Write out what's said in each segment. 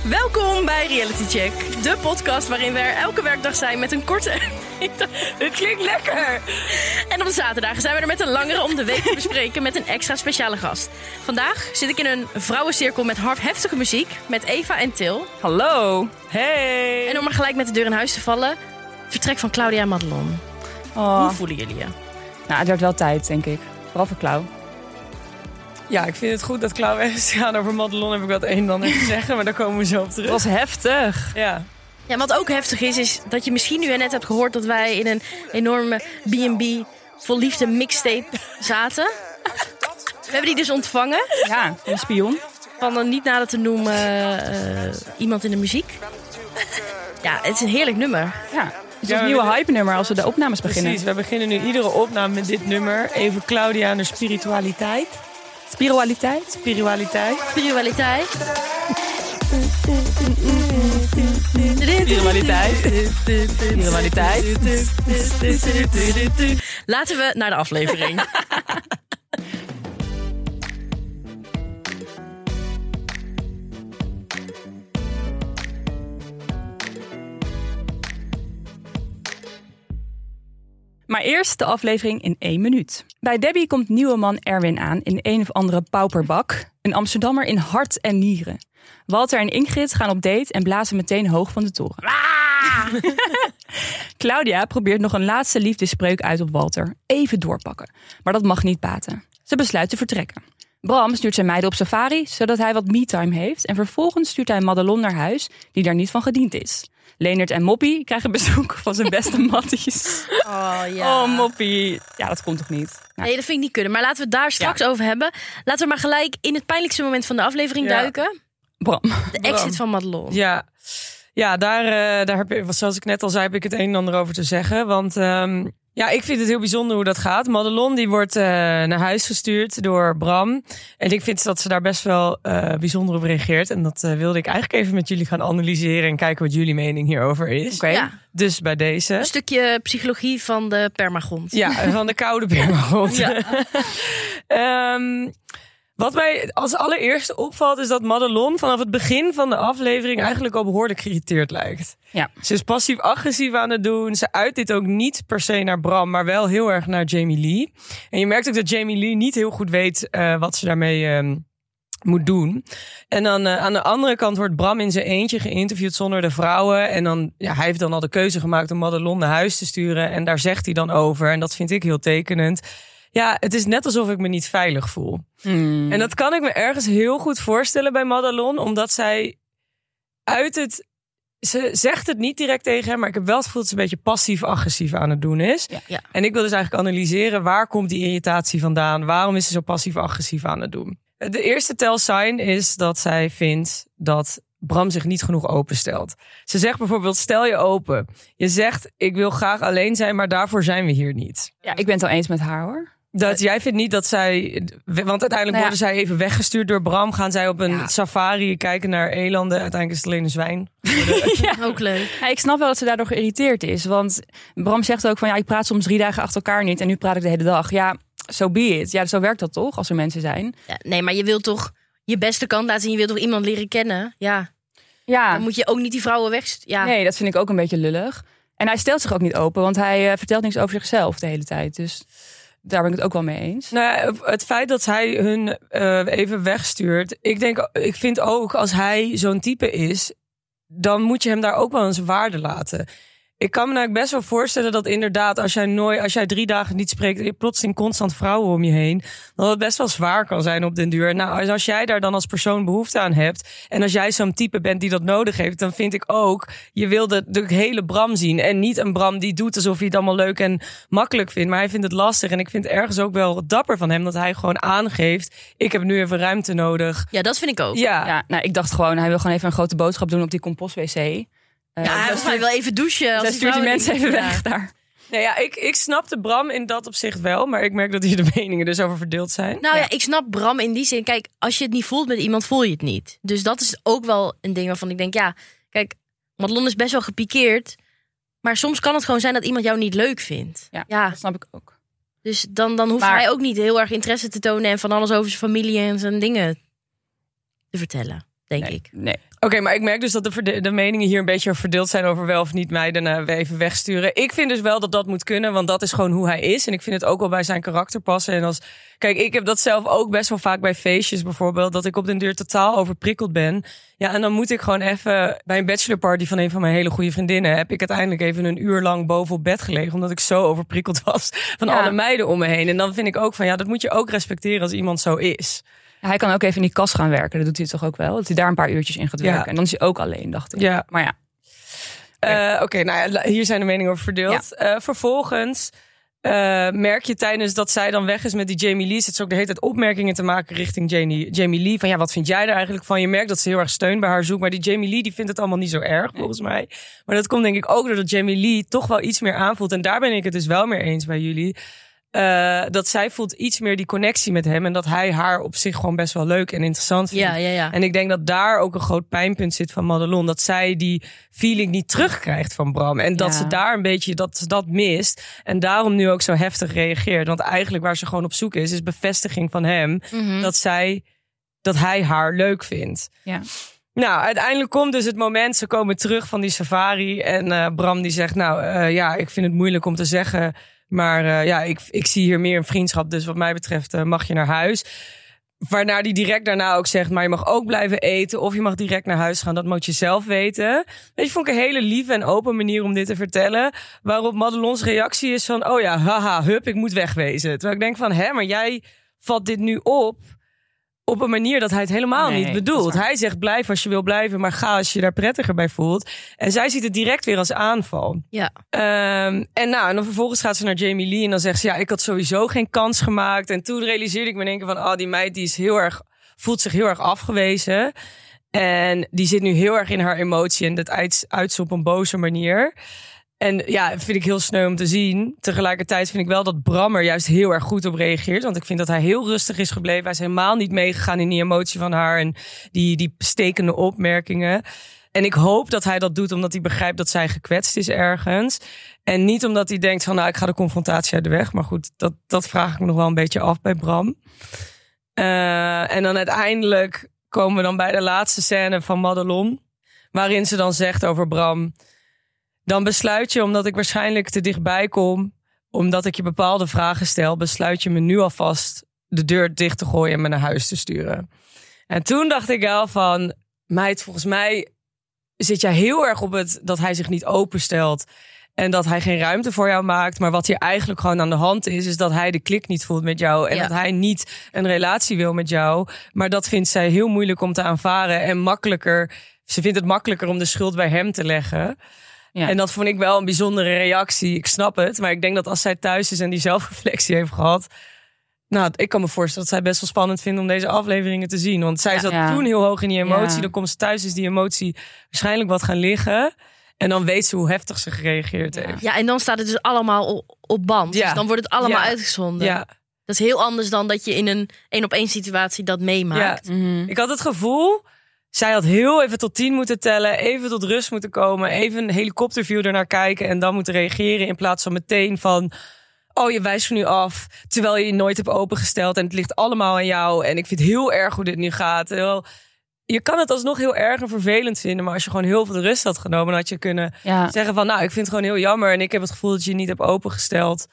Welkom bij Reality Check, de podcast waarin we er elke werkdag zijn met een korte... Dit klinkt lekker! En op de zaterdagen zijn we er met een langere om de week te bespreken met een extra speciale gast. Vandaag zit ik in een vrouwencirkel met heftige muziek met Eva en Til. Hallo! Hey! En om maar gelijk met de deur in huis te vallen, vertrek van Claudia en Madelon. Hoe voelen jullie je? Nou, het werd wel tijd, denk ik. Vooral voor Klauw. Ja, ik vind het goed dat Klauw weg is gegaan. Over Madelon heb ik wat een en ander te zeggen, maar daar komen we zo op terug. Het was heftig. Ja. Ja, wat ook heftig is dat je misschien nu net hebt gehoord dat wij in een enorme B&B vol liefde mixtape zaten. We hebben die dus ontvangen. Ja, een spion. Van een niet nader te noemen iemand in de muziek. Ja, het is een heerlijk nummer. Ja. Het is een nieuwe hype-nummer als we de opnames beginnen. Precies, we beginnen nu iedere opname met dit nummer. Even Claudia en de spiritualiteit. Spiritualiteit? Spiritualiteit. Spiritualiteit. Spiritualiteit. Spiritualiteit. Laten we naar de aflevering. Maar eerst de aflevering in 1 minuut. Bij Debbie komt nieuwe man Erwin aan in een of andere pauperbak. Een Amsterdammer in hart en nieren. Walter en Ingrid gaan op date en blazen meteen hoog van de toren. Claudia probeert nog een laatste liefdesspreuk uit op Walter. Even doorpakken. Maar dat mag niet baten. Ze besluit te vertrekken. Bram stuurt zijn meiden op safari, zodat hij wat me-time heeft. En vervolgens stuurt hij Madelon naar huis, die daar niet van gediend is. Leonard en Moppie krijgen bezoek van zijn beste matties. Oh ja. Oh, Moppie. Ja, dat komt toch niet? Nou. Nee, dat vind ik niet kunnen. Maar laten we het daar straks over hebben. Laten we maar gelijk in het pijnlijkste moment van de aflevering duiken. Bram. De exit van Madelon. Ja, daar heb je, zoals ik net al zei, heb ik het een en ander over te zeggen. Want ja, ik vind het heel bijzonder hoe dat gaat. Madelon die wordt naar huis gestuurd door Bram. En ik vind dat ze daar best wel bijzonder op reageert. En dat wilde ik eigenlijk even met jullie gaan analyseren en kijken wat jullie mening hierover is. Oké. Ja. Dus bij deze. Een stukje psychologie van de permagond. Ja, van de koude permagond. Ja. Wat mij als allereerste opvalt is dat Madelon vanaf het begin van de aflevering eigenlijk al behoorlijk geïrriteerd lijkt. Ja. Ze is passief-agressief aan het doen. Ze uit dit ook niet per se naar Bram, maar wel heel erg naar Jamie Lee. En je merkt ook dat Jamie Lee niet heel goed weet wat ze daarmee moet doen. En dan aan de andere kant wordt Bram in zijn eentje geïnterviewd zonder de vrouwen. En dan, ja, hij heeft dan al de keuze gemaakt om Madelon naar huis te sturen. En daar zegt hij dan over. En dat vind ik heel tekenend. Ja, het is net alsof ik me niet veilig voel. En dat kan ik me ergens heel goed voorstellen bij Madelon. Omdat zij ze zegt het niet direct tegen hem, maar ik heb wel het gevoel dat ze een beetje passief-agressief aan het doen is. Ja. En ik wil dus eigenlijk analyseren, waar komt die irritatie vandaan? Waarom is ze zo passief-agressief aan het doen? De eerste tellsign is dat zij vindt dat Bram zich niet genoeg openstelt. Ze zegt bijvoorbeeld, stel je open. Je zegt, ik wil graag alleen zijn, maar daarvoor zijn we hier niet. Ja, ik ben het al eens met haar, hoor. Dat jij vindt niet dat zij... Want uiteindelijk worden zij even weggestuurd door Bram. Gaan zij op een safari kijken naar elanden. Uiteindelijk is het alleen een zwijn. Ja, ook leuk. Ja, ik snap wel dat ze daardoor geïrriteerd is. Want Bram zegt ook van, ja, ik praat soms 3 dagen achter elkaar niet. En nu praat ik de hele dag. Ja, so be it. Ja, zo werkt dat toch, als er mensen zijn. Ja, nee, maar je wilt toch je beste kant laten zien. Je wilt toch iemand leren kennen? Ja. Dan moet je ook niet die vrouwen wegsturen. Ja. Nee, dat vind ik ook een beetje lullig. En hij stelt zich ook niet open, want hij vertelt niks over zichzelf de hele tijd. Dus daar ben ik het ook wel mee eens. Nou, het feit dat hij hun even wegstuurt. Ik vind ook, als hij zo'n type is, dan moet je hem daar ook wel eens waarde laten. Ik kan me eigenlijk best wel voorstellen dat inderdaad, als jij 3 dagen niet spreekt en je plotseling constant vrouwen om je heen, dan het best wel zwaar kan zijn op den duur. Nou, als jij daar dan als persoon behoefte aan hebt en als jij zo'n type bent die dat nodig heeft, dan vind ik ook, je wil de hele Bram zien en niet een Bram die doet alsof hij het allemaal leuk en makkelijk vindt, maar hij vindt het lastig. En ik vind ergens ook wel dapper van hem dat hij gewoon aangeeft, ik heb nu even ruimte nodig. Ja, dat vind ik ook. Ja, nou, ik dacht gewoon, hij wil gewoon even een grote boodschap doen op die compostwc. Hij wil even douchen. Zij stuurt die mensen even weg daar. Nou ja, ik snapte Bram in dat opzicht wel. Maar ik merk dat hier de meningen dus over verdeeld zijn. Nou ja, ik snap Bram in die zin. Kijk, als je het niet voelt met iemand, voel je het niet. Dus dat is ook wel een ding waarvan ik denk, ja, kijk, Madelon is best wel gepikeerd. Maar soms kan het gewoon zijn dat iemand jou niet leuk vindt. Ja. Dat snap ik ook. Dus dan hoeft hij ook niet heel erg interesse te tonen en van alles over zijn familie en zijn dingen te vertellen. denk ik. Nee. Oké, maar ik merk dus dat de meningen hier een beetje verdeeld zijn over wel of niet meiden weer even wegsturen. Ik vind dus wel dat dat moet kunnen, want dat is gewoon hoe hij is. En ik vind het ook wel bij zijn karakter passen. En kijk, ik heb dat zelf ook best wel vaak bij feestjes bijvoorbeeld, dat ik op den duur totaal overprikkeld ben. Ja, en dan moet ik gewoon even bij een bachelorparty van een van mijn hele goede vriendinnen, heb ik uiteindelijk even een uur lang boven op bed gelegen, omdat ik zo overprikkeld was van alle meiden om me heen. En dan vind ik ook van, ja, dat moet je ook respecteren als iemand zo is. Hij kan ook even in die kast gaan werken. Dat doet hij toch ook wel? Dat hij daar een paar uurtjes in gaat werken. En dan is hij ook alleen, dacht ik. Ja. Maar ja. Oké, nou ja, hier zijn de meningen over verdeeld. Ja. Vervolgens merk je tijdens dat zij dan weg is met die Jamie Lee, zit ze ook de hele tijd opmerkingen te maken richting Jamie Lee. Van ja, wat vind jij er eigenlijk van? Je merkt dat ze heel erg steun bij haar zoekt. Maar die Jamie Lee, die vindt het allemaal niet zo erg, volgens mij. Maar dat komt denk ik ook doordat Jamie Lee toch wel iets meer aanvoelt. En daar ben ik het dus wel mee eens bij jullie. Dat zij voelt iets meer die connectie met hem. En dat hij haar op zich gewoon best wel leuk en interessant vindt. Ja. En ik denk dat daar ook een groot pijnpunt zit van Madelon. Dat zij die feeling niet terugkrijgt van Bram. En dat ze daar een beetje dat mist. En daarom nu ook zo heftig reageert. Want eigenlijk waar ze gewoon op zoek is bevestiging van hem. Mm-hmm. Dat hij haar leuk vindt. Ja. Nou, uiteindelijk komt dus het moment. Ze komen terug van die safari. En Bram die zegt, ik vind het moeilijk om te zeggen. Maar ik zie hier meer een vriendschap. Dus wat mij betreft mag je naar huis. Waarna die direct daarna ook zegt, maar je mag ook blijven eten. Of je mag direct naar huis gaan. Dat moet je zelf weten. Weet je, vond ik een hele lieve en open manier om dit te vertellen. Waarop Madelons reactie is van, oh ja, haha, hup, ik moet wegwezen. Terwijl ik denk van, maar jij vat dit nu op een manier dat hij het helemaal niet bedoelt. Hij zegt, blijf als je wil blijven, maar ga als je daar prettiger bij voelt. En zij ziet het direct weer als aanval. Ja. En dan vervolgens gaat ze naar Jamie Lee en dan zegt ze, ik had sowieso geen kans gemaakt. En toen realiseerde ik me in één keer van, die meid die is voelt zich heel erg afgewezen. En die zit nu heel erg in haar emotie en dat uit ze op een boze manier. En ja, vind ik heel sneu om te zien. Tegelijkertijd vind ik wel dat Bram er juist heel erg goed op reageert. Want ik vind dat hij heel rustig is gebleven. Hij is helemaal niet meegegaan in die emotie van haar. En die stekende opmerkingen. En ik hoop dat hij dat doet omdat hij begrijpt dat zij gekwetst is ergens. En niet omdat hij denkt van, ik ga de confrontatie uit de weg. Maar goed, dat vraag ik me nog wel een beetje af bij Bram. En dan uiteindelijk komen we dan bij de laatste scène van Madelon. Waarin ze dan zegt over Bram, dan besluit je, omdat ik waarschijnlijk te dichtbij kom, omdat ik je bepaalde vragen stel, besluit je me nu alvast de deur dicht te gooien en me naar huis te sturen. En toen dacht ik wel van, meid, volgens mij zit jij heel erg op het dat hij zich niet openstelt en dat hij geen ruimte voor jou maakt. Maar wat hier eigenlijk gewoon aan de hand is dat hij de klik niet voelt met jou en dat hij niet een relatie wil met jou. Maar dat vindt zij heel moeilijk om te aanvaren en makkelijker. Ze vindt het makkelijker om de schuld bij hem te leggen. Ja. En dat vond ik wel een bijzondere reactie. Ik snap het, maar ik denk dat als zij thuis is en die zelfreflectie heeft gehad, ik kan me voorstellen dat zij best wel spannend vindt om deze afleveringen te zien. Want zij zat toen heel hoog in die emotie. Dan komt ze thuis, is die emotie waarschijnlijk wat gaan liggen. En dan weet ze hoe heftig ze gereageerd heeft. Ja, en dan staat het dus allemaal op band. Ja. Dus dan wordt het allemaal uitgezonden. Ja. Dat is heel anders dan dat je in een 1-op-1 situatie dat meemaakt. Ja. Mm-hmm. Ik had het gevoel, zij had heel even tot 10 moeten tellen, even tot rust moeten komen, even een helikopterview ernaar kijken en dan moeten reageren in plaats van meteen van, je wijst me nu af, terwijl je nooit hebt opengesteld en het ligt allemaal aan jou en ik vind het heel erg hoe dit nu gaat. Terwijl, je kan het alsnog heel erg en vervelend vinden, maar als je gewoon heel veel de rust had genomen, dan had je kunnen zeggen van, ik vind het gewoon heel jammer en ik heb het gevoel dat je je niet hebt opengesteld.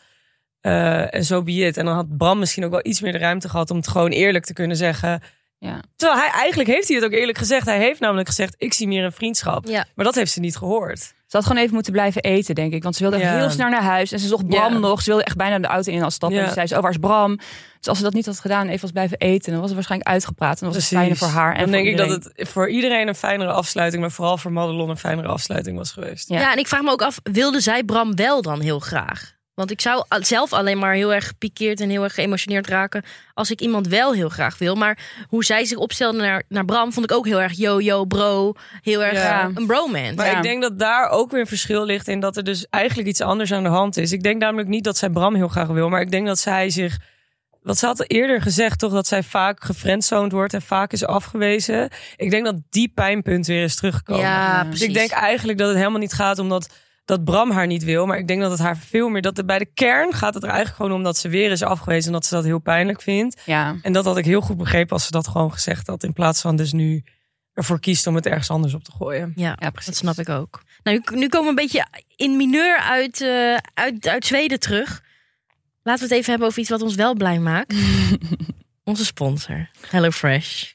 En zo be it. En dan had Bram misschien ook wel iets meer de ruimte gehad om het gewoon eerlijk te kunnen zeggen. Ja. Terwijl eigenlijk heeft hij het ook eerlijk gezegd. Hij heeft namelijk gezegd, ik zie meer een vriendschap. Ja. Maar dat heeft ze niet gehoord. Ze had gewoon even moeten blijven eten, denk ik. Want ze wilde heel snel naar huis. En ze zocht Bram nog. Ze wilde echt bijna de auto in als stappen. En ze zei, waar is Bram? Dus als ze dat niet had gedaan, even was blijven eten, dan was het waarschijnlijk uitgepraat. En dan was het fijner voor haar. En dan denk iedereen. Ik dat het voor iedereen een fijnere afsluiting, maar vooral voor Madelon een fijnere afsluiting was geweest. Ja, en ik vraag me ook af, wilde zij Bram wel dan heel graag? Want ik zou zelf alleen maar heel erg gepikeerd en heel erg geëmotioneerd raken als ik iemand wel heel graag wil. Maar hoe zij zich opstelde naar Bram vond ik ook heel erg yo bro. Heel erg een bromance. Maar ik denk dat daar ook weer een verschil ligt in dat er dus eigenlijk iets anders aan de hand is. Ik denk namelijk niet dat zij Bram heel graag wil, maar ik denk dat zij zich, wat ze had eerder gezegd toch, dat zij vaak gefriendzoned wordt en vaak is afgewezen. Ik denk dat die pijnpunt weer is teruggekomen. Ja, dus ik denk eigenlijk dat het helemaal niet gaat om dat Bram haar niet wil. Maar ik denk dat het haar veel meer, dat bij de kern gaat het er eigenlijk gewoon om dat ze weer is afgewezen en dat ze dat heel pijnlijk vindt. Ja. En dat had ik heel goed begrepen als ze dat gewoon gezegd had in plaats van dus nu ervoor kiest om het ergens anders op te gooien. Ja, precies. dat snap ik ook. Nou, nu komen we een beetje in mineur uit Zweden terug. Laten we het even hebben over iets wat ons wel blij maakt. Onze sponsor, HelloFresh.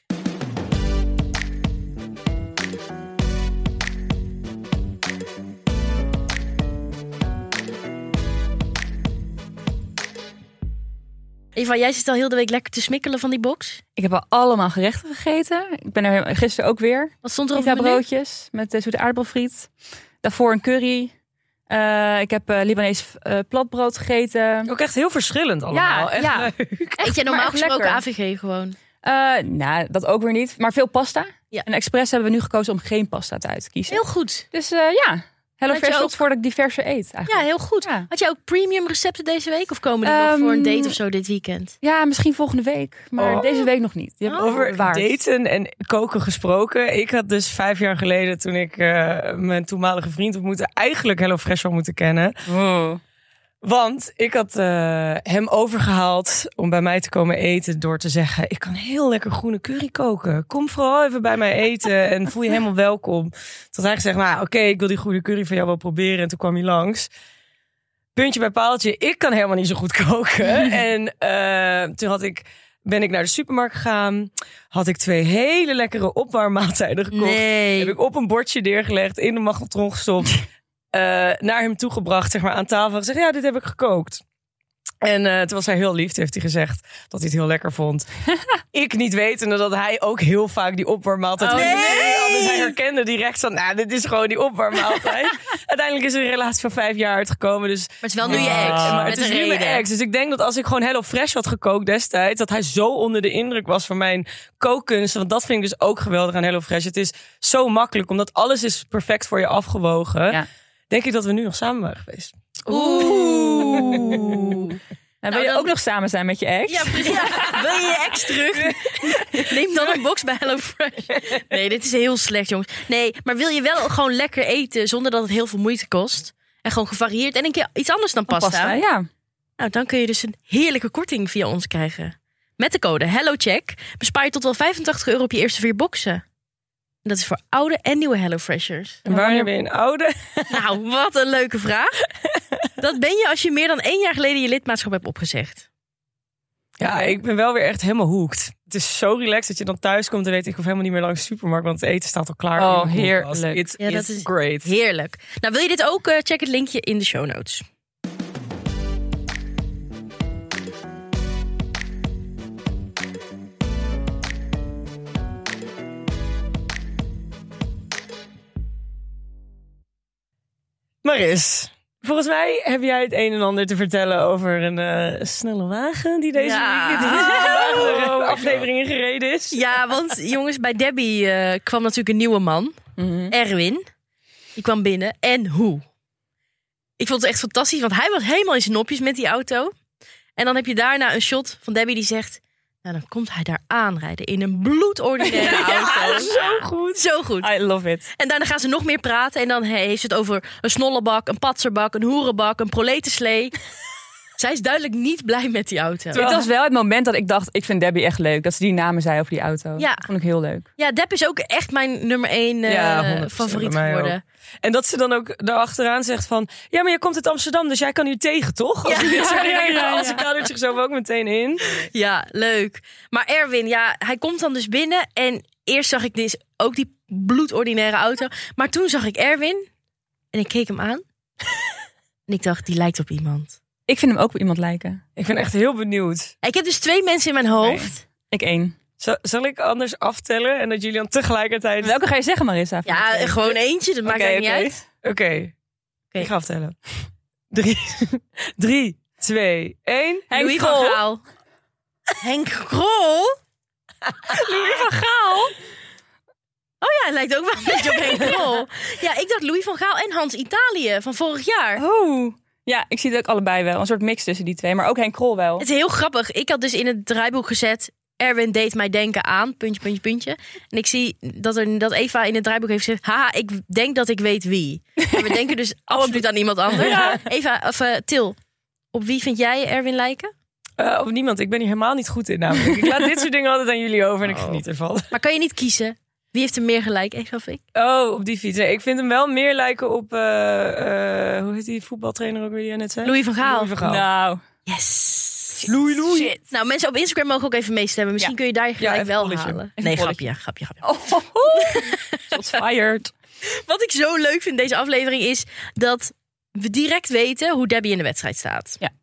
Eva, jij zit al heel de week lekker te smikkelen van die box. Ik heb al allemaal gerechten gegeten. Ik ben er gisteren ook weer. Wat stond er op het menu? Broodjes met zoete aardappelfriet. Daarvoor een curry. Ik heb Libanees platbrood gegeten. Ook echt heel verschillend allemaal. Echt leuk. Eet jij normaal maar echt gesproken lekker. AVG gewoon? Nou, dat ook weer niet. Maar veel pasta. Ja. En expres hebben we nu gekozen om geen pasta te uit te kiezen. Heel goed. Dus ja, HelloFresh ook- zorgt voor dat ik diverse eet eigenlijk. Ja, heel goed. Ja. Had jij ook premium recepten deze week? Of komen die nog voor een date of zo dit weekend? Ja, misschien volgende week. Maar deze week nog niet. Die heb ik Over bewaard. daten en koken gesproken. Ik had dus 5 jaar geleden, toen ik mijn toenmalige vriend ontmoette, eigenlijk HelloFresh al moeten kennen. Oh. Want ik had hem overgehaald om bij mij te komen eten door te zeggen, ik kan heel lekker groene curry koken. Kom vooral even bij mij eten en voel je helemaal welkom. Toen had hij gezegd, nou oké, ik wil die groene curry van jou wel proberen. En toen kwam hij langs. Puntje bij paaltje, ik kan helemaal niet zo goed koken. En toen ben ik naar de supermarkt gegaan. Had ik 2 hele lekkere opwarmmaaltijden gekocht. Nee. Heb ik op een bordje neergelegd, in de magnetron gestopt. Naar hem toegebracht, zeg maar, aan tafel. Gezegd, ja, dit heb ik gekookt. En toen was hij heel lief. Toen heeft hij gezegd dat hij het heel lekker vond. Ik niet wetende dat hij ook heel vaak die opwarmmaaltijd had. Dus hij herkende direct van, nou, dit is gewoon die opwarmmaaltijd. Uiteindelijk is er een relatie van 5 jaar uitgekomen. Dus, Maar het is wel nu je ex. maar Met het is een nu mijn reden. ex. Dus ik denk dat als ik gewoon HelloFresh had gekookt destijds, dat hij zo onder de indruk was van mijn kookkunsten. Want dat vind ik dus ook geweldig aan HelloFresh. Het is zo makkelijk, omdat alles is perfect voor je afgewogen. Ja. Denk ik dat we nu nog samen waren geweest. Oeh. En wil je dan- ook nog samen zijn met je ex? Ja, precies. Ja. Wil je je ex terug? Neem dan een box bij HelloFresh. Nee, dit is heel slecht, jongens. Nee, maar wil je wel gewoon lekker eten zonder dat het heel veel moeite kost? En gewoon gevarieerd en een keer iets anders dan pasta? ja. Nou, dan kun je dus een heerlijke korting via ons krijgen. Met de code HelloCheck bespaar je tot wel €85 op je eerste 4 boxen. En dat is voor oude en nieuwe HelloFreshers. En wanneer ben je een oude? Nou, wat een leuke vraag. Dat ben je als je meer dan 1 jaar geleden je lidmaatschap hebt opgezegd. Ja, ik ben wel weer echt helemaal hooked. Het is zo relaxed dat je dan thuis komt en weet ik hoef helemaal niet meer langs de supermarkt, want het eten staat al klaar. Oh, in de koelkast. heerlijk. It Ja, dat is is great. Heerlijk. Nou, wil je dit ook? Check het linkje in de show notes. Maris, volgens mij heb jij het een en ander te vertellen over een snelle wagen die deze aflevering gereden is. Ja, want jongens, bij Debbie kwam natuurlijk een nieuwe man. Erwin. Die kwam binnen. En hoe? Ik vond het echt fantastisch, want hij was helemaal in zijn nopjes met die auto. En dan heb je daarna een shot van Debbie die zegt, nou, dan komt hij daar aanrijden in een bloedordinaire auto. Zo goed. Zo goed. I love it. En daarna gaan ze nog meer praten. En dan heeft ze het over een snollebak, een patserbak, een hoerenbak, een proletenslee. Zij is duidelijk niet blij met die auto. Dit was wel het moment dat ik dacht, ik vind Debbie echt leuk. Dat ze die namen zei over die auto. Ja. Dat vond ik heel leuk. Ja, Deb is ook echt mijn nummer 1 Ja, 100% favoriet bij mij geworden. ook. En dat ze dan ook daarachteraan zegt van, ja, maar je komt uit Amsterdam, dus jij kan nu tegen, toch? Als Ja. ik dit zeg, Ja. als ik kadert zichzelf ook meteen in. Ja, leuk. Maar Erwin, ja, hij komt dan dus binnen. En eerst zag ik dus ook die bloedordinaire auto. Maar toen zag ik Erwin. En ik keek hem aan. En ik dacht, die lijkt op iemand. Ik vind hem ook op iemand lijken. Ik ben echt heel benieuwd. Ik heb dus 2 mensen in mijn hoofd. Ik 1. Zal ik anders aftellen en dat jullie dan tegelijkertijd... Welke ga je zeggen, Marissa? Ja, gewoon eentje. Dat maakt eigenlijk niet uit. Oké. Ik ga aftellen. 3, 2, 1. Louis van Gaal. Henk Krol? Louis van Gaal. Oh ja, hij lijkt ook wel een beetje op Henk Krol. Ja, ik dacht Louis van Gaal en Hans Italië van vorig jaar. Oh. Ja, ik zie het ook allebei wel. Een soort mix tussen die twee. Maar ook Henk Krol wel. Het is heel grappig. Ik had dus in het draaiboek gezet, Erwin deed mij denken aan, puntje, puntje, puntje. En ik zie dat Eva in het draaiboek heeft gezegd, haha, ik denk dat ik weet wie. Maar we denken dus absoluut aan iemand anders. Ja. Eva, of Til, op wie vind jij Erwin lijken? Of niemand. Ik ben hier helemaal niet goed in namelijk. Ik laat dit soort dingen altijd aan jullie over en ik geniet ervan. Maar kan je niet kiezen? Wie heeft er meer gelijk, Eva of ik? Oh, op die fiets. Nee, ik vind hem wel meer lijken op... hoe heet die voetbaltrainer ook weer die jij net zei? Louis van Gaal. Nou, Yes. Louis. Shit. Nou, mensen op Instagram mogen ook even meestemmen. Misschien kun je daar gelijk even wel polletje. halen. Even Nee, polletje. grapje. shots fired. Wat ik zo leuk vind in deze aflevering is dat we direct weten hoe Debbie in de wedstrijd staat. Ja.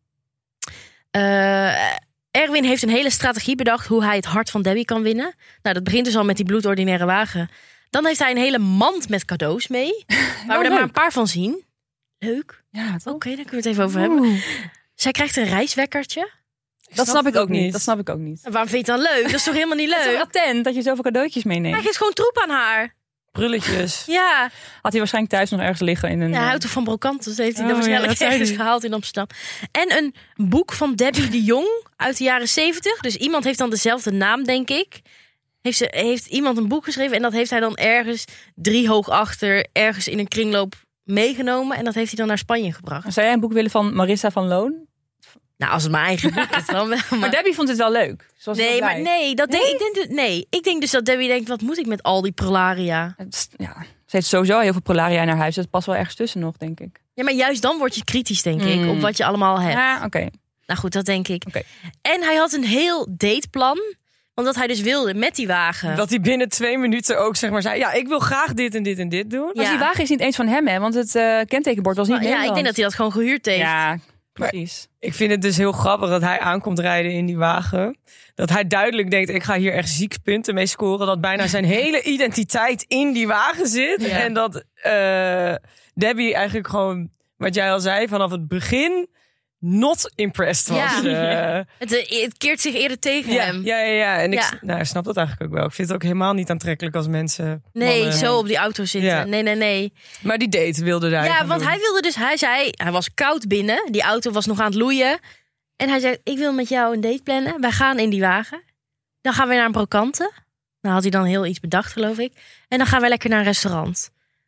Erwin heeft een hele strategie bedacht hoe hij het hart van Debbie kan winnen. Nou, dat begint dus al met die bloedordinaire wagen. Dan heeft hij een hele mand met cadeaus mee. Waar we er maar een paar van zien. Leuk. Ja, toch? Oké, daar kunnen we het even over hebben. Zij krijgt een reiswekkertje. Dat snap ik ook niet. Dat snap ik ook niet. Waarom vind je het dan leuk? Dat is toch helemaal niet Het is leuk? toch attent dat je zoveel cadeautjes Hij meeneemt. geeft gewoon troep aan haar. Prulletjes. Ja. Had hij waarschijnlijk thuis nog ergens liggen in een... Ja, hij houdt toch van brokanten. Dus heeft hij Oh, er waarschijnlijk ja, dat zei ergens hij. gehaald in Amsterdam. En een boek van Debbie de Jong uit de jaren 70. Dus iemand heeft dan dezelfde naam, denk ik. Heeft iemand een boek geschreven en dat heeft hij dan ergens 3 hoog achter, ergens in een kringloop meegenomen. En dat heeft hij dan naar Spanje gebracht. Zou jij een boek willen van Marissa van Loon? Nou, als het mijn eigen boek is dan wel. Maar Debbie vond het wel leuk. Nee, maar nee, ik denk dus dat Debbie denkt, wat moet ik met al die prolaria? Ja, ze heeft sowieso heel veel prolaria in haar huis. Dat past wel ergens tussen nog, denk ik. Ja, maar juist dan word je kritisch, denk ik, op wat je allemaal hebt. Ja, oké. Nou goed, dat denk ik. Oké. En hij had een heel dateplan. Omdat hij dus wilde met die wagen. Dat hij binnen 2 minuten ook zeg maar zei... Ja, ik wil graag dit en dit en dit doen. Maar die wagen is niet eens van hem, hè? Want het kentekenbord was niet Ja, Nederlands. ik denk dat hij dat gewoon gehuurd heeft. Ja, precies. Ik vind het dus heel grappig dat hij aankomt rijden in die wagen. Dat hij duidelijk denkt, ik ga hier echt ziek punten mee scoren. Dat bijna zijn hele identiteit in die wagen zit. Ja. En dat Debbie eigenlijk gewoon, wat jij al zei, vanaf het begin not impressed was. Ja. Het keert zich eerder tegen hem. Ja. En Ja. ik snap dat eigenlijk ook wel. Ik vind het ook helemaal niet aantrekkelijk als mensen... Nee, mannen- zo op die auto zitten. Ja. Nee. Maar die date wilde hij Ja, gaan want doen. hij wilde dus... Hij was koud binnen. Die auto was nog aan het loeien. En hij zei, ik wil met jou een date plannen. Wij gaan in die wagen. Dan gaan we naar een brokante. Nou had hij dan heel iets bedacht, geloof ik. En dan gaan we lekker naar een restaurant.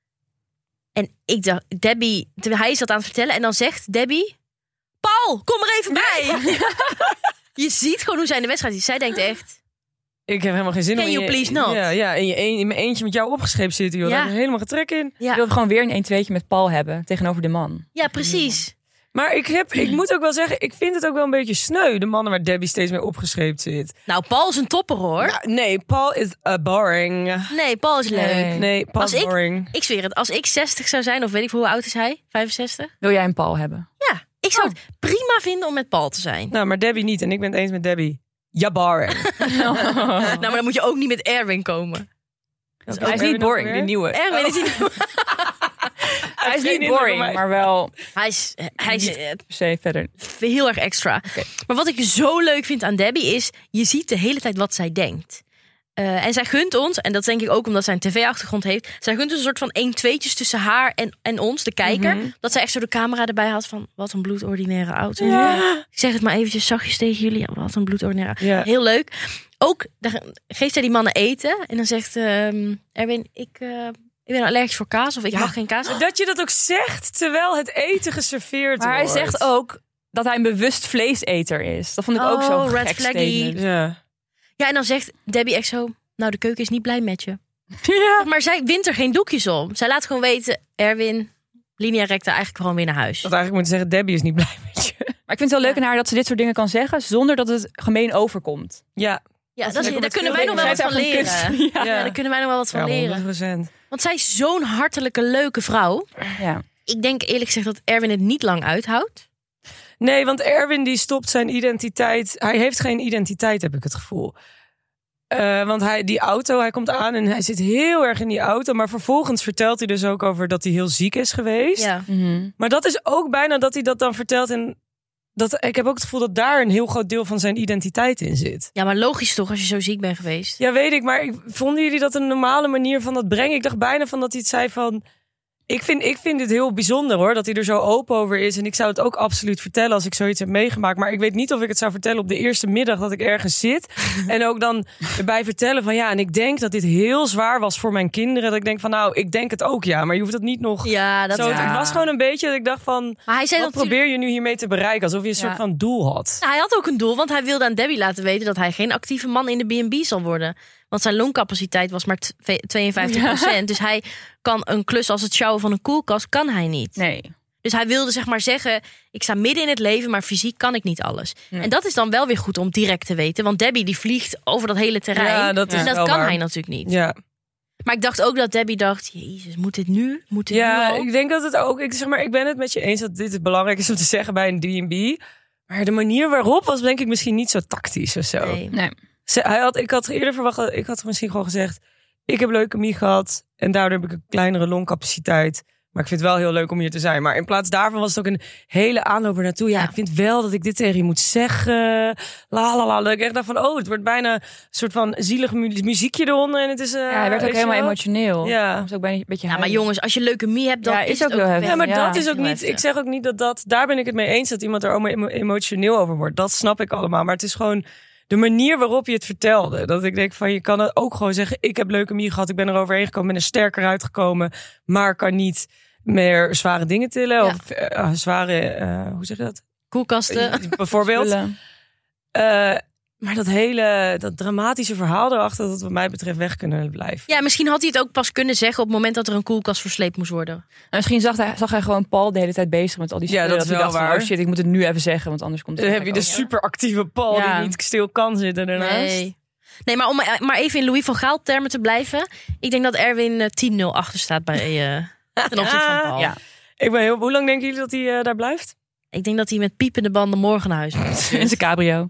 En ik dacht, Debbie... Hij is dat aan het vertellen. En dan zegt Debbie... Paul, kom er even bij. Je ziet gewoon hoe zij in de wedstrijd is. Zij denkt echt... Ik heb helemaal geen zin Can om... you please not? Ja, in mijn eentje met jou opgescheept zitten, joh. Ja. Daar heb ik helemaal getrek in. Ik wilde gewoon weer een 1-2'tje met Paul hebben tegenover de man. Ja, precies. Maar ik moet ook wel zeggen, ik vind het ook wel een beetje sneu. De mannen waar Debbie steeds mee opgescheept zit. Nou, Paul is een topper, hoor. Ja, nee, Paul is boring. Nee, Paul is leuk. Nee, Paul Als is ik- boring. Ik zweer het, als ik 60 zou zijn, of weet ik veel, hoe oud is hij? 65? Wil jij een Paul hebben? Ja, ik zou het prima vinden om met Paul te zijn. Nou, maar Debbie niet. En ik ben het eens met Debbie. Ja, boring. Nou, maar dan moet je ook niet met Erwin komen. Hij is niet boring, de nieuwe. Erwin is niet... Hij is geen niet indruk op boring, mij. maar wel Hij is per se verder. heel erg extra. Maar wat ik zo leuk vind aan Debbie is... je ziet de hele tijd wat zij denkt. En zij gunt ons, en dat denk ik ook omdat zij een tv-achtergrond heeft... zij gunt ons een soort van 1-2'tjes tussen haar en ons, de kijker. Dat zij echt zo de camera erbij had van... wat een bloedordinaire auto. Ja. Ik zeg het maar eventjes zachtjes tegen jullie. Ja, wat een bloedordinaire auto. Ja. Heel leuk. Ook dan geeft zij die mannen eten. En dan zegt Erwin, ik ben allergisch voor kaas. Of ik mag geen kaas. Dat je dat ook zegt, terwijl het eten geserveerd Maar hij wordt. zegt ook dat hij een bewust vleeseter is. Dat vond ik ook zo'n red gek flaggy. statement. Ja. Ja, en dan zegt Debbie echt zo... nou, de keuken is niet blij met je. Ja. Maar zij wint er geen doekjes om. Zij laat gewoon weten... Erwin, linea recta, eigenlijk gewoon weer naar huis. Dat eigenlijk moeten zeggen, Debbie is niet blij met je. Maar ik vind het wel leuk aan haar dat ze dit soort dingen kan zeggen... zonder dat het gemeen overkomt. Ja. Ja, Dat daar kunnen wij nog wel wat van leren. Ja. Ja, daar kunnen wij nog wel wat van leren. 100%. Want zij is zo'n hartelijke, leuke vrouw. Ja. Ik denk eerlijk gezegd dat Erwin het niet lang uithoudt. Nee, want Erwin die stopt zijn identiteit. Hij heeft geen identiteit, heb ik het gevoel. Want hij komt aan en hij zit heel erg in die auto. Maar vervolgens vertelt hij dus ook over dat hij heel ziek is geweest. Ja. Maar dat is ook bijna dat hij dat dan vertelt. En ik heb ook het gevoel dat daar een heel groot deel van zijn identiteit in zit. Ja, maar logisch toch als je zo ziek bent geweest. Ja, weet ik. Maar vonden jullie dat een normale manier van dat brengen? Ik dacht bijna van dat hij het zei van... Ik vind het heel bijzonder hoor, dat hij er zo open over is. En ik zou het ook absoluut vertellen als ik zoiets heb meegemaakt. Maar ik weet niet of ik het zou vertellen op de eerste middag dat ik ergens zit. En ook dan erbij vertellen van ja, en ik denk dat dit heel zwaar was voor mijn kinderen. Dat ik denk van nou, ik denk het ook ja. Maar je hoeft het niet nog... Ja, dat zo, is het was gewoon een beetje dat ik dacht van... Maar hij zei wat dat probeer je nu hiermee te bereiken? Alsof je een soort van doel had. Nou, hij had ook een doel, want hij wilde aan Debbie laten weten dat hij geen actieve man in de B&B zal worden. Want zijn longcapaciteit was maar 52%. Dus hij kan een klus als het sjouwen van een koelkast, kan hij niet. Nee. Dus hij wilde zeg maar zeggen, ik sta midden in het leven, maar fysiek kan ik niet alles. Nee. En dat is dan wel weer goed om direct te weten. Want Debbie die vliegt over dat hele terrein. Ja, dat is en dat wel kan waar. hij natuurlijk niet. Ja. Maar ik dacht ook dat Debbie dacht, jezus, moet dit nu? Moet dit nu Ja, al? ik denk dat het ook... Ik ben het met je eens dat dit het belangrijk is om te zeggen bij een D&B. Maar de manier waarop was denk ik misschien niet zo tactisch of zo. Nee. Ik had eerder verwacht, ik had misschien gewoon gezegd... ik heb leukemie gehad en daardoor heb ik een kleinere longcapaciteit. Maar ik vind het wel heel leuk om hier te zijn. Maar in plaats daarvan was het ook een hele aanloop naartoe. Ja, ik vind wel dat ik dit tegen je moet zeggen. Dat ik echt dacht van, het wordt bijna een soort van zielig muziekje eronder. En het is, hij werd ook helemaal emotioneel. Ja. Dat was ook bijna een beetje Ja, maar jongens, als je leukemie hebt, dan Ja, is is ook het ook wel weg. heftig. Ja, maar Ja. dat is ook niet... Ik zeg ook niet dat... Daar ben ik het mee eens dat iemand er allemaal emotioneel over wordt. Dat snap ik allemaal. Maar het is gewoon de manier waarop je het vertelde. Dat ik denk van, je kan het ook gewoon zeggen... ik heb leukemie gehad, ik ben er overheen gekomen... ben er sterker uitgekomen, maar kan niet meer zware dingen tillen. Ja. Of zware... hoe zeg je dat? Koelkasten. Bijvoorbeeld. Spullen. Maar dat dramatische verhaal erachter... dat het wat mij betreft weg kunnen blijven. Ja, misschien had hij het ook pas kunnen zeggen op het moment dat er een koelkast versleept moest worden. En misschien zag hij gewoon Paul de hele tijd bezig met al die Ja, spullen. dat is hij wel dacht van, waar. oh shit, ik moet het nu even zeggen, want anders komt het Dan heb je de ook. superactieve Paul Ja. die niet stil kan zitten daarnaast. Nee, maar om maar even in Louis van Gaal termen te blijven. Ik denk dat Erwin 10-0 achter staat bij ten opzichte van Paul. Ja. Ik ben hoe lang denken jullie dat hij daar blijft? Ik denk dat hij met piepende banden morgen naar huis moet. In zijn cabrio.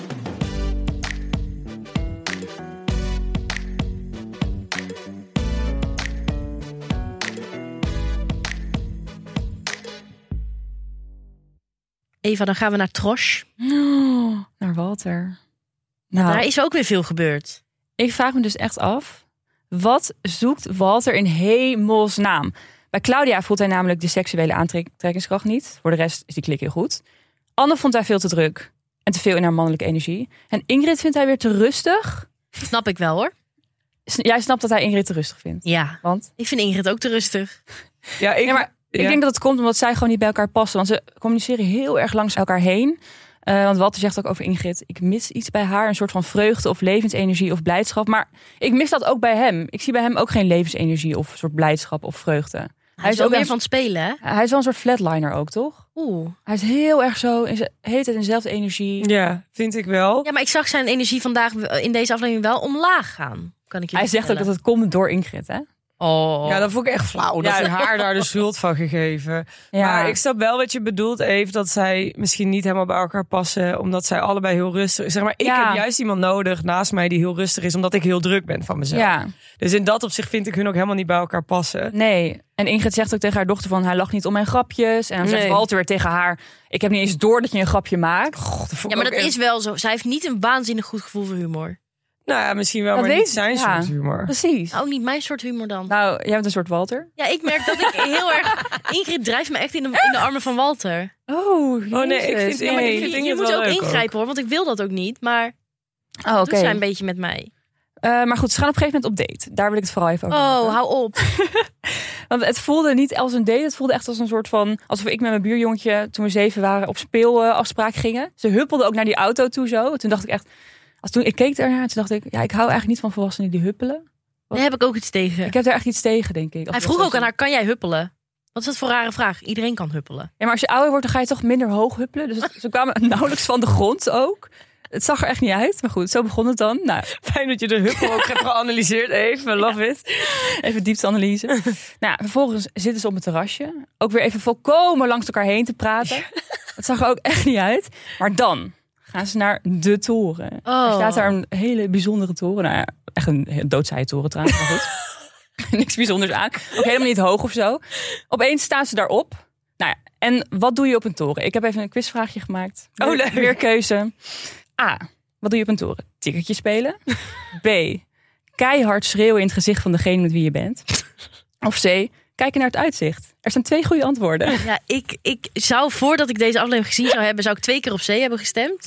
Eva, dan gaan we naar Trosh. Naar Walter. Nou, Daar is ook weer veel gebeurd. ik vraag me dus echt af. Wat zoekt Walter in hemelsnaam? Bij Claudia voelt hij namelijk de seksuele aantrekkingskracht niet. Voor de rest is die klik heel goed. Anne vond hij veel te druk. En te veel in haar mannelijke energie. En Ingrid vindt hij weer te rustig. Snap ik wel hoor. Jij snapt dat hij Ingrid te rustig vindt. Ja, Want? ik vind Ingrid ook te rustig. Ja, Ja, maar ik denk dat het komt omdat zij gewoon niet bij elkaar passen. Want ze communiceren heel erg langs elkaar heen. Want Walter zegt ook over Ingrid. Ik mis iets bij haar. Een soort van vreugde of levensenergie of blijdschap. Maar ik mis dat ook bij hem. Ik zie bij hem ook geen levensenergie of een soort blijdschap of vreugde. Hij is ook wel meer van het spelen, hè? Hij is wel een soort flatliner ook, toch? Oeh. Hij is heel erg zo, de hele tijd in dezelfde energie. Ja, vind ik wel. Ja, maar ik zag zijn energie vandaag in deze aflevering wel omlaag gaan. Kan ik je Hij zegt ook dat het komt door Ingrid, hè? Oh. Ja, dat vond ik echt flauw. Dat hij haar daar de schuld van gegeven. Ja. Maar ik snap wel wat je bedoelt, Eve. Dat zij misschien niet helemaal bij elkaar passen. Omdat zij allebei heel rustig... Zeg maar, ik Ja. heb juist iemand nodig naast mij die heel rustig is. Omdat ik heel druk ben van mezelf. Ja, Dus in dat opzicht vind ik hun ook helemaal niet bij elkaar passen. nee. En Ingrid zegt ook tegen haar dochter van... hij lacht niet om mijn grapjes. En dan zegt Nee. Walter weer tegen haar... ik heb niet eens door dat je een grapje maakt. God, dat vond ik Ja, maar ook dat echt- is wel zo. Zij heeft niet een waanzinnig goed gevoel voor humor. Nou ja, misschien wel, Dat maar weet- niet zijn ja. soort humor. Precies. Ook niet mijn soort humor dan. Nou, jij bent een soort Walter. Ja, ik merk dat ik heel erg... Ingrid drijft me echt in de armen van Walter. Oh, nee, ik vind- ja, maar ik vind Je Ingrid moet wel ook leuk ingrijpen hoor, want ik wil dat ook niet. Maar Oh, doet oké. zij een beetje met mij. Maar goed, ze gaan op een gegeven moment op date. Daar wil ik het vooral even over Oh, hebben. hou op. Want het voelde niet als een date. Het voelde echt als een soort van... alsof ik met mijn buurjongetje, toen we 7 waren... op speelafspraak gingen. Ze huppelde ook naar die auto toe zo. Toen dacht ik echt... ik keek ernaar, toen dacht ik... ja, ik hou eigenlijk niet van volwassenen die huppelen. Daar heb ik ook iets tegen. Ik heb daar echt iets tegen, denk ik. Hij vroeg ook aan haar, kan jij huppelen? Wat is dat voor een rare vraag? Iedereen kan huppelen. Ja, maar als je ouder wordt, dan ga je toch minder hoog huppelen. Dus ze kwamen nauwelijks van de grond ook. Het zag er echt niet uit. Maar goed, zo begon het dan. Nou, Fijn dat je de huppel ook hebt geanalyseerd, Eve. Love it. even diepteanalyse. Nou, vervolgens zitten ze op een terrasje. Ook weer even volkomen langs elkaar heen te praten. Het zag er ook echt niet uit. Maar dan gaan ze naar de toren. Oh. Er staat daar een hele bijzondere toren. Nou ja, echt een doodzaaie toren trouwens. Maar goed. Niks bijzonders aan. Ook helemaal niet hoog of zo. Opeens staan ze daarop. Nou ja, en wat doe je op een toren? Ik heb even een quizvraagje gemaakt. Oh, leuk. Weer keuze. A. Wat doe je op een toren? Tikkertje spelen. B. Keihard schreeuwen in het gezicht van degene met wie je bent. Of C. Kijken naar het uitzicht. Er zijn 2 goede antwoorden. Ja, ik zou, voordat ik deze aflevering gezien zou hebben... zou ik 2 keer op C hebben gestemd.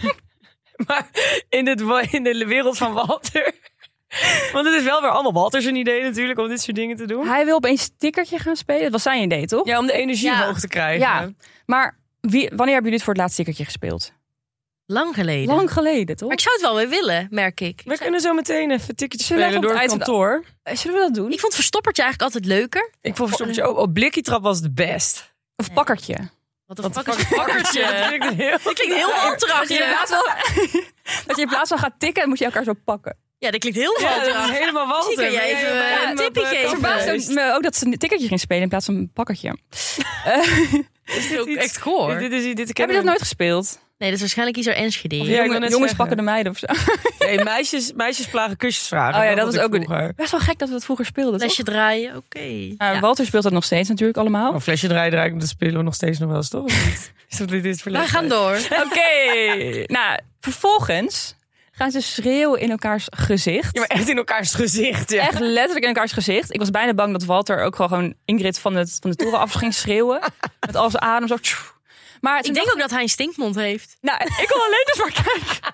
Maar in de wereld van Walter... Want het is wel weer allemaal Walter zijn idee natuurlijk om dit soort dingen te doen. Hij wil opeens tikkertje gaan spelen. Dat was zijn idee, toch? Ja, om de energie Ja. hoog te krijgen. Ja. Maar wanneer hebben jullie het voor het laatst tikkertje gespeeld? Lang geleden. Lang geleden, toch? Maar ik zou het wel weer willen, merk ik. We kunnen zo meteen even ticketjes Zullen we spelen door even het op het kantoor. Zullen we dat doen? Ik vond Verstoppertje eigenlijk altijd leuker. Ik vond Verstoppertje ook. Op Blikkie-trap was het best. Of pakkertje. Wat een Wat fucking Dat pakkertje. klinkt heel... Dat klinkt heel Dat je, in ambterachtig. plaats van, dat je in plaats van gaat tikken, moet je elkaar zo pakken. Ja, dat klinkt heel Ja, dat ambterachtig. is helemaal Walter. Misschien kun jij even Ben een jij tipje op, geven. kamp Het geweest? verbaasde me ook dat ze een tikkertje ging spelen in plaats van een pakkertje. Is dit ook echt goor? Heb je dat nooit gespeeld? Nee, dat is waarschijnlijk iets uit Enschede. Of ja, ik wil net Jongens zeggen. pakken de meiden of zo. Nee, meisjes plagen kusjes vragen. Oh ja, dat was is ook vroeger. best wel gek dat we dat vroeger speelden, toch? Lesje draaien, oké. Ja. Walter speelt dat nog steeds natuurlijk allemaal. Een flesje draaien, dat spelen we nog steeds nog wel eens, toch? Of niet? Is dat dit We gaan door. Oké. Nou, vervolgens gaan ze schreeuwen in elkaars gezicht. Ja, maar echt in elkaars gezicht, ja. Echt letterlijk in elkaars gezicht. Ik was bijna bang dat Walter ook gewoon Ingrid van de toren af ging schreeuwen. Met al zijn adem zo. Maar Ik denk ook dat hij een stinkmond heeft. Nou, ik kon alleen dus maar kijken.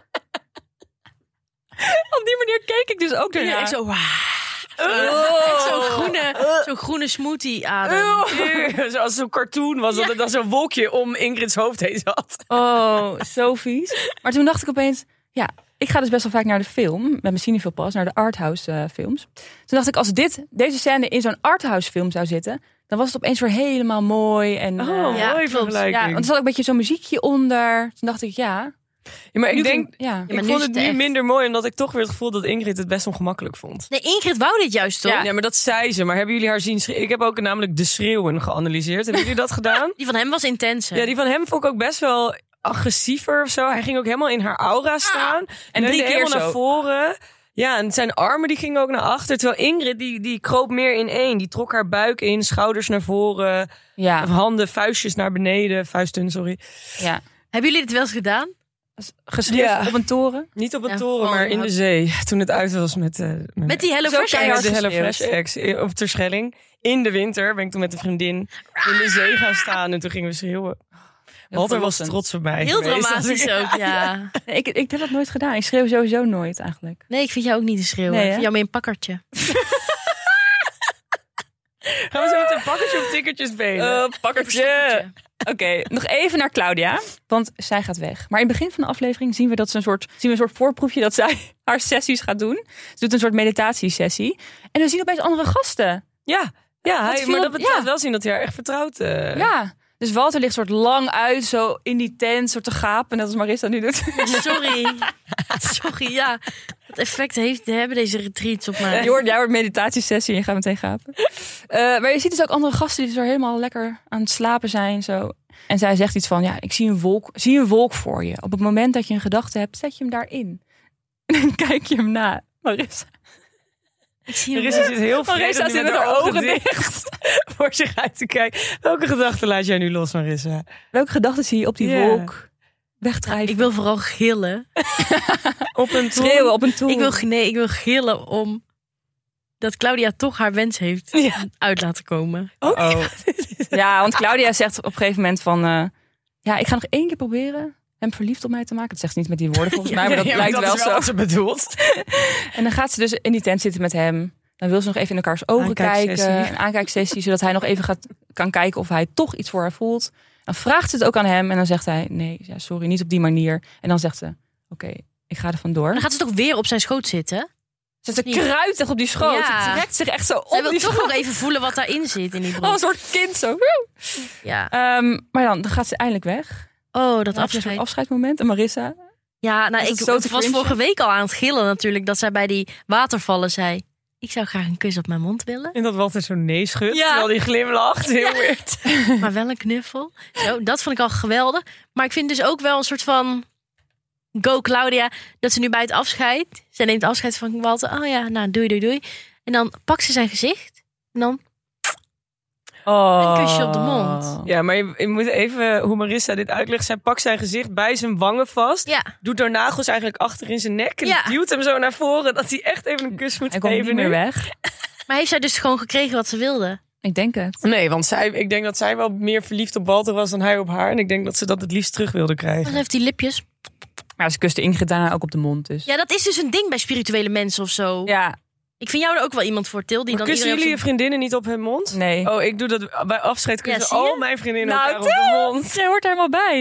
Op die manier keek ik dus ook Ja, ernaar. echt zo... Echt zo'n groene smoothie adem. Zoals zo'n cartoon was, dat er dan zo'n wolkje om Ingrid's hoofd heen zat. Oh, zo vies. Maar toen dacht ik opeens, ja, ik ga dus best wel vaak naar de film, met mijn Cinefilmpas, naar de arthouse films. Toen dacht ik, als deze scène in zo'n arthouse film zou zitten, dan was het opeens weer helemaal mooi. En, Oh, Ja, mooie klopt. vergelijking. ja, want er zat ook een beetje zo'n muziekje onder. Toen dacht ik, ja. Ja, maar ik nu denk, ja. Ja, maar ik nu vond is het het nu echt. minder mooi, omdat ik toch weer het gevoel dat Ingrid het best ongemakkelijk vond. Nee, Ingrid wou dit juist, toch? Ja, maar dat zei ze. Maar hebben jullie haar zien schreeuwen? Ik heb ook namelijk de schreeuwen geanalyseerd. Hebben jullie dat gedaan? Die van hem was intens. Ja, die van hem vond ik ook best wel agressiever of zo. Hij ging ook helemaal in haar aura staan. En 3 keer helemaal zo. naar voren. Ja, en zijn armen die gingen ook naar achter. Terwijl Ingrid, die kroop meer in één. Die trok haar buik in, schouders naar voren. Ja, Of handen, vuistjes naar beneden. Vuisten, sorry. ja. Hebben jullie dit wel eens gedaan? Geschreven Ja. op een toren. Niet op een Ja, toren, gewoon maar in de zee. Toen het uit was met Met die Hello Zo Fresh keihard eggs. de Hello geschreeuwd. Fresh eggs op Terschelling. In de winter ben ik toen met een vriendin in de zee gaan staan. En toen gingen we schreeuwen. Walter was verlossend. trots op mij. Heel geweest. dramatisch ook, ja. Nee, ik heb dat nooit gedaan. Ik schreeuw sowieso nooit eigenlijk. Nee, ik vind jou ook niet te schreeuwen. Nee, Ik hè? vind jou meer een pakkertje. Gaan we zo met een pakketje of tikkertjes spelen? Pakkertje. Oké, nog even naar Claudia, want zij gaat weg. Maar in het begin van de aflevering zien we een soort voorproefje dat zij haar sessies gaat doen. Ze doet een soort meditatiesessie. En we zien opeens andere gasten. Ja, viel maar op- dat betekent ja. wel zien dat hij haar echt vertrouwt. Ja, dus Walter ligt soort lang uit, zo in die tent, soort te gapen. Net als Marissa nu doet. Sorry, ja. Dat effect hebben deze retreats op mij. Jij wordt meditatiesessie en je gaat meteen gapen. Maar je ziet dus ook andere gasten die dus er helemaal lekker aan het slapen zijn. Zo. En zij zegt iets van, ja, ik zie een wolk voor je. Op het moment dat je een gedachte hebt, zet je hem daarin. En dan kijk je hem na, Marissa. Ik zie Marissa hem. zit heel Marissa vreemd zit met haar ogen dicht. voor zich uit te kijken. Welke gedachten laat jij nu los, Marissa? Welke gedachten zie je op die Ja. wolk wegdrijven? Ik wil vooral gillen. Op een schreeuwen op een toer. Ik wil gillen om dat Claudia toch haar wens heeft uit laten komen. Oh. Ja, want Claudia zegt op een gegeven moment van... ja, ik ga nog 1 keer proberen hem verliefd op mij te maken. Dat zegt ze niet met die woorden volgens mij, maar dat lijkt wel is zo. wat ze bedoelt. En dan gaat ze dus in die tent zitten met hem. Dan wil ze nog even in elkaars ogen Aankijksessie. kijken. Een aankijksessie, zodat hij nog even kan kijken of hij toch iets voor haar voelt. Dan vraagt ze het ook aan hem en dan zegt hij... nee, ja, sorry, niet op die manier. En dan zegt ze, oké, ik ga er vandoor. Dan gaat ze toch weer op zijn schoot zitten? Ze kruipt echt op die schoot. Ja. Ze trekt zich echt zo Zij op wil die toch schoot. nog even voelen wat daarin zit in die Oh, broek. een soort kind zo. Ja. Maar dan gaat ze eindelijk weg. Oh, dat Dan heb je zo'n afscheid. afscheidsmoment. En Marissa... Ja, nou, Is ik het zo te was cringe? vorige week al aan het gillen natuurlijk. Dat zij bij die watervallen zei... ik zou graag een kus op mijn mond willen. En dat Walter zo nee schudt, Ja. terwijl hij glimlacht. Heel weird. Maar wel een knuffel. Zo, dat vond ik al geweldig. Maar ik vind dus ook wel een soort van... Go Claudia, dat ze nu bij het afscheid... Zij neemt afscheid van Walter. Oh ja, nou doei. En dan pakt ze zijn gezicht. En dan... Een kusje op de mond. Ja, maar je moet even hoe Marissa dit uitlegt. Zij pakt zijn gezicht bij zijn wangen vast. Ja, Doet haar nagels eigenlijk achter in zijn nek. En Ja. duwt hem zo naar voren. Dat hij echt even een kus moet Hij komt geven niet meer nu. weg. maar heeft zij dus gewoon gekregen wat ze wilde? Ik denk het. Nee, want ik denk dat zij wel meer verliefd op Walter was dan hij op haar. En ik denk dat ze dat het liefst terug wilde Dan krijgen. heeft die lipjes. Maar ze kuste Ingrid daarna ook op de mond. Dus. Ja, dat is dus een ding bij spirituele mensen of zo. Ja, Ik vind jou er ook wel iemand voor, Til. Die Maar dan kussen iedereen jullie op je vriendinnen niet op hun mond? nee. Oh, ik doe dat bij afscheid kussen zie je? al mijn vriendinnen Nou, elkaar op de mond. Jij hoort er helemaal bij.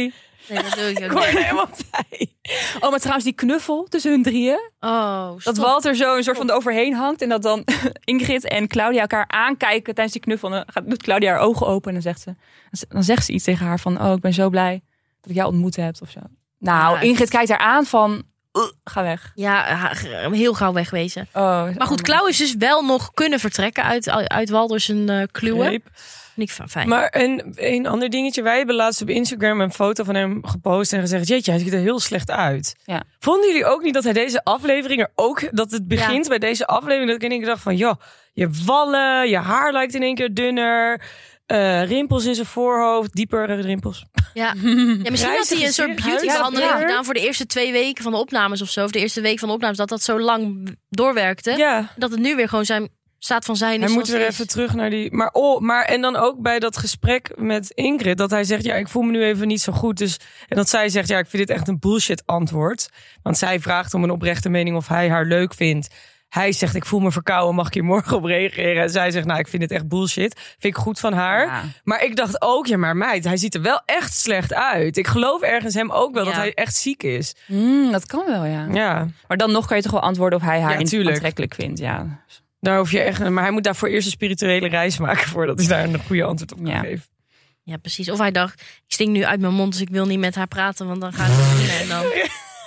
Nee, dat doe ik Ik ook hoor niet. er helemaal bij. Oh, maar trouwens, die knuffel tussen hun drieën. Oh, Dat stop. Walter zo een soort van eroverheen hangt. En dat dan Ingrid en Claudia elkaar aankijken tijdens die knuffel. En dan doet Claudia haar ogen open en dan zegt ze iets tegen haar van... Oh, ik ben zo blij dat ik jou ontmoet heb of zo. Nou, Ja, Ingrid kijkt haar aan van... Ga weg. Ja, heel gauw wegwezen. Oh, Maar goed, Klauw is dus wel nog kunnen vertrekken uit Walders een kluwen. Greep. Niet van fijn. Maar een ander dingetje. Wij hebben laatst op Instagram een foto van hem gepost en gezegd... Jeetje, hij ziet er heel slecht uit. Ja. Vonden jullie ook niet dat hij deze aflevering er ook... Dat het begint bij deze aflevering dat ik in één keer dacht van... Joh, je wallen, je haar lijkt in één keer dunner... rimpels in zijn voorhoofd, diepere rimpels. Ja, misschien had Grijzige hij een soort huid. beautybehandeling Ja. gedaan voor de eerste 2 weken van de opnames of zo. Of de eerste week van de opnames, dat zo lang doorwerkte. Ja, Dat het nu weer gewoon zijn staat van zijn is. hij moet zoals weer het is. even terug naar die... Maar en dan ook bij dat gesprek met Ingrid... dat hij zegt, ja, ik voel me nu even niet zo goed. Dus, en dat zij zegt, ja, ik vind dit echt een bullshit antwoord. Want zij vraagt om een oprechte mening of hij haar leuk vindt. Hij zegt, ik voel me verkouden, mag ik hier morgen op reageren? En zij zegt, nou, ik vind dit echt bullshit. Vind ik goed van haar. Ja. Maar ik dacht ook, ja, maar meid, hij ziet er wel echt slecht uit. Ik geloof ergens hem ook wel Ja. dat hij echt ziek is. Dat kan wel, ja. Ja, Maar dan nog kan je toch wel antwoorden of hij haar Ja, tuurlijk. aantrekkelijk vindt. Ja. daar hoef je echt... Maar hij moet daarvoor eerst een spirituele reis maken... voordat hij daar een goede antwoord op kan Ja. geven. Ja, precies. Of hij dacht, ik stink nu uit mijn mond, dus ik wil niet met haar praten, want dan gaat het beginnen en dan...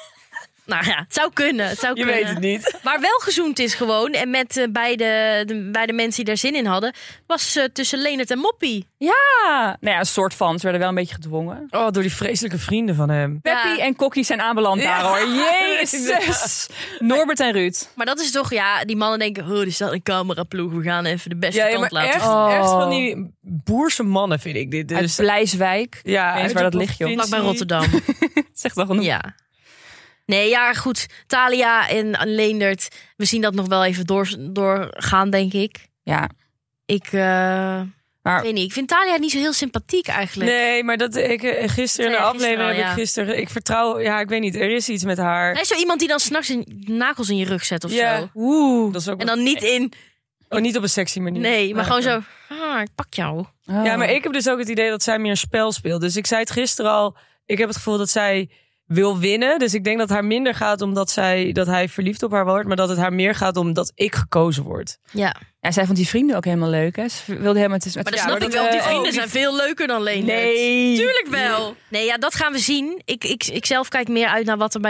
Nou ja, het zou kunnen. Het zou Je kunnen. weet het niet. Maar wel gezoend is gewoon, en met beide mensen die daar zin in hadden, was tussen Leendert en Moppie. Nou ja, een soort van. Ze werden wel een beetje gedwongen. Oh, door die vreselijke vrienden van hem. Peppy en Kokkie zijn aanbeland daar, hoor. Jezus. Norbert en Ruud. Maar dat is toch, ja, die mannen denken, oh, er staat een cameraploeg, we gaan even de beste Ja, kant maar laten echt, zien. Oh. echt van die boerse mannen vind ik dit. Uit Dus, Blijswijk. ja, Eens uit waar de dat ligt, joh. provincie. Vlak bij Rotterdam. Zegt wel genoeg. Ja. Nee, ja, goed. Thalia en Leendert, we zien dat nog wel even doorgaan, denk ik. Ja. Ik Maar weet niet, ik vind Thalia niet zo heel sympathiek eigenlijk. Nee, maar dat ik gisteren in de Ja, aflevering gisteren al, heb ik gisteren... Ik vertrouw... Ja, ik weet niet. Er is iets met haar. Hij is zo iemand die dan s'nachts nagels in je rug zet of Ja. zo. oeh. Dat is ook En dan niet in, niet op een sexy manier. nee, maar gewoon oké. zo, ik pak jou. Oh. Ja, maar ik heb dus ook het idee dat zij meer spel speelt. Dus ik zei het gisteren al. Ik heb het gevoel dat zij wil winnen. Dus ik denk dat het haar minder gaat omdat dat hij verliefd op haar wordt. Maar dat het haar meer gaat omdat ik gekozen word. Ja, Ja, zij vond die vrienden ook helemaal leuk, hè. Ze wilde helemaal... Het is met maar dat Ja, snap maar ik dat, wel. Die oh, vrienden die- zijn veel leuker dan Leendert. Nee. Tuurlijk wel. Nee, ja, dat gaan we zien. Ik zelf kijk meer uit naar wat er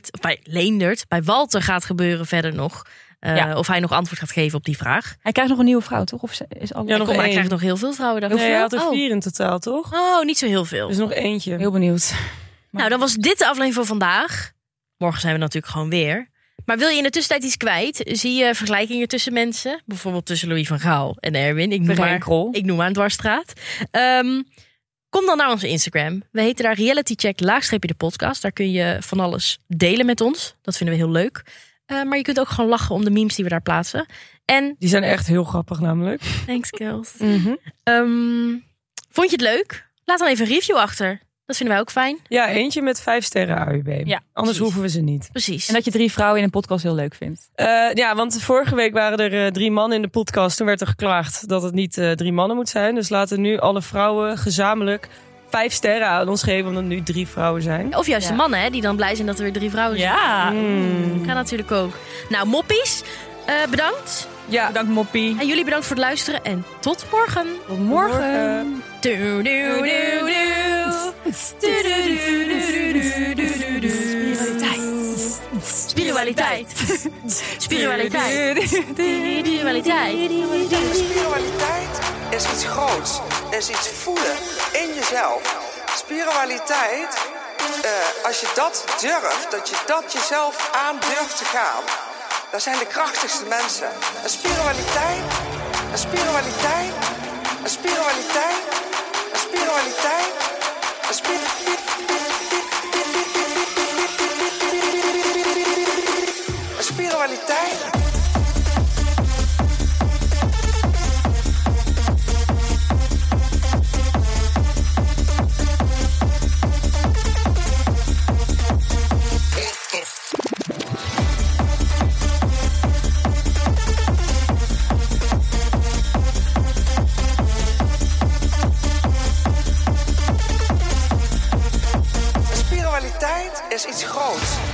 bij Walter gaat gebeuren verder nog. Ja. Of hij nog antwoord gaat geven op die vraag. Hij krijgt nog een nieuwe vrouw, toch? Of is alles... Ja, nog Kom, maar hij één. krijgt nog heel veel vrouwen. dacht ik. Nee, hij had er Oh. 4 in totaal, toch? Oh, niet zo heel veel. Dus nog eentje. Heel benieuwd. Nou, dan was dit de aflevering voor vandaag. Morgen zijn we natuurlijk gewoon weer. Maar wil je in de tussentijd iets kwijt? Zie je vergelijkingen tussen mensen? Bijvoorbeeld tussen Louis van Gaal en Erwin. Verijn Krol. Ik noem maar een dwarsstraat. Kom dan naar onze Instagram. We heten daar realitycheck _ de podcast. Daar kun je van alles delen met ons. Dat vinden we heel leuk. Maar je kunt ook gewoon lachen om de memes die we daar plaatsen. En Die zijn echt heel grappig namelijk. thanks girls. Mhm. Vond je het leuk? Laat dan even een review achter. Dat vinden wij ook fijn. Ja, eentje met 5 sterren AUB. Ja, Anders precies. hoeven we ze niet. Precies. En dat je 3 vrouwen in een podcast heel leuk vindt. Ja, want vorige week waren er 3 mannen in de podcast. Toen werd er geklaagd dat het niet 3 mannen moet zijn. Dus laten nu alle vrouwen gezamenlijk 5 sterren aan ons geven. Omdat er nu 3 vrouwen zijn. Of juist Ja. de mannen, hè, die dan blij zijn dat er weer 3 vrouwen zijn. Ja. Kan natuurlijk ook. Nou, moppies, bedankt. Ja, Bedankt, Moppie. En jullie bedankt voor het luisteren. En tot morgen. Tot morgen. Spiritualiteit. Spiritualiteit. Spiritualiteit. Spiritualiteit is iets groots. Is iets voelen in jezelf. Spiritualiteit, als je dat durft, dat je dat jezelf aan durft te gaan, dat zijn de krachtigste mensen. En spiritualiteit, en spiritualiteit, en spiritualiteit, en spiritualiteit, en spiritualiteit. is iets groots.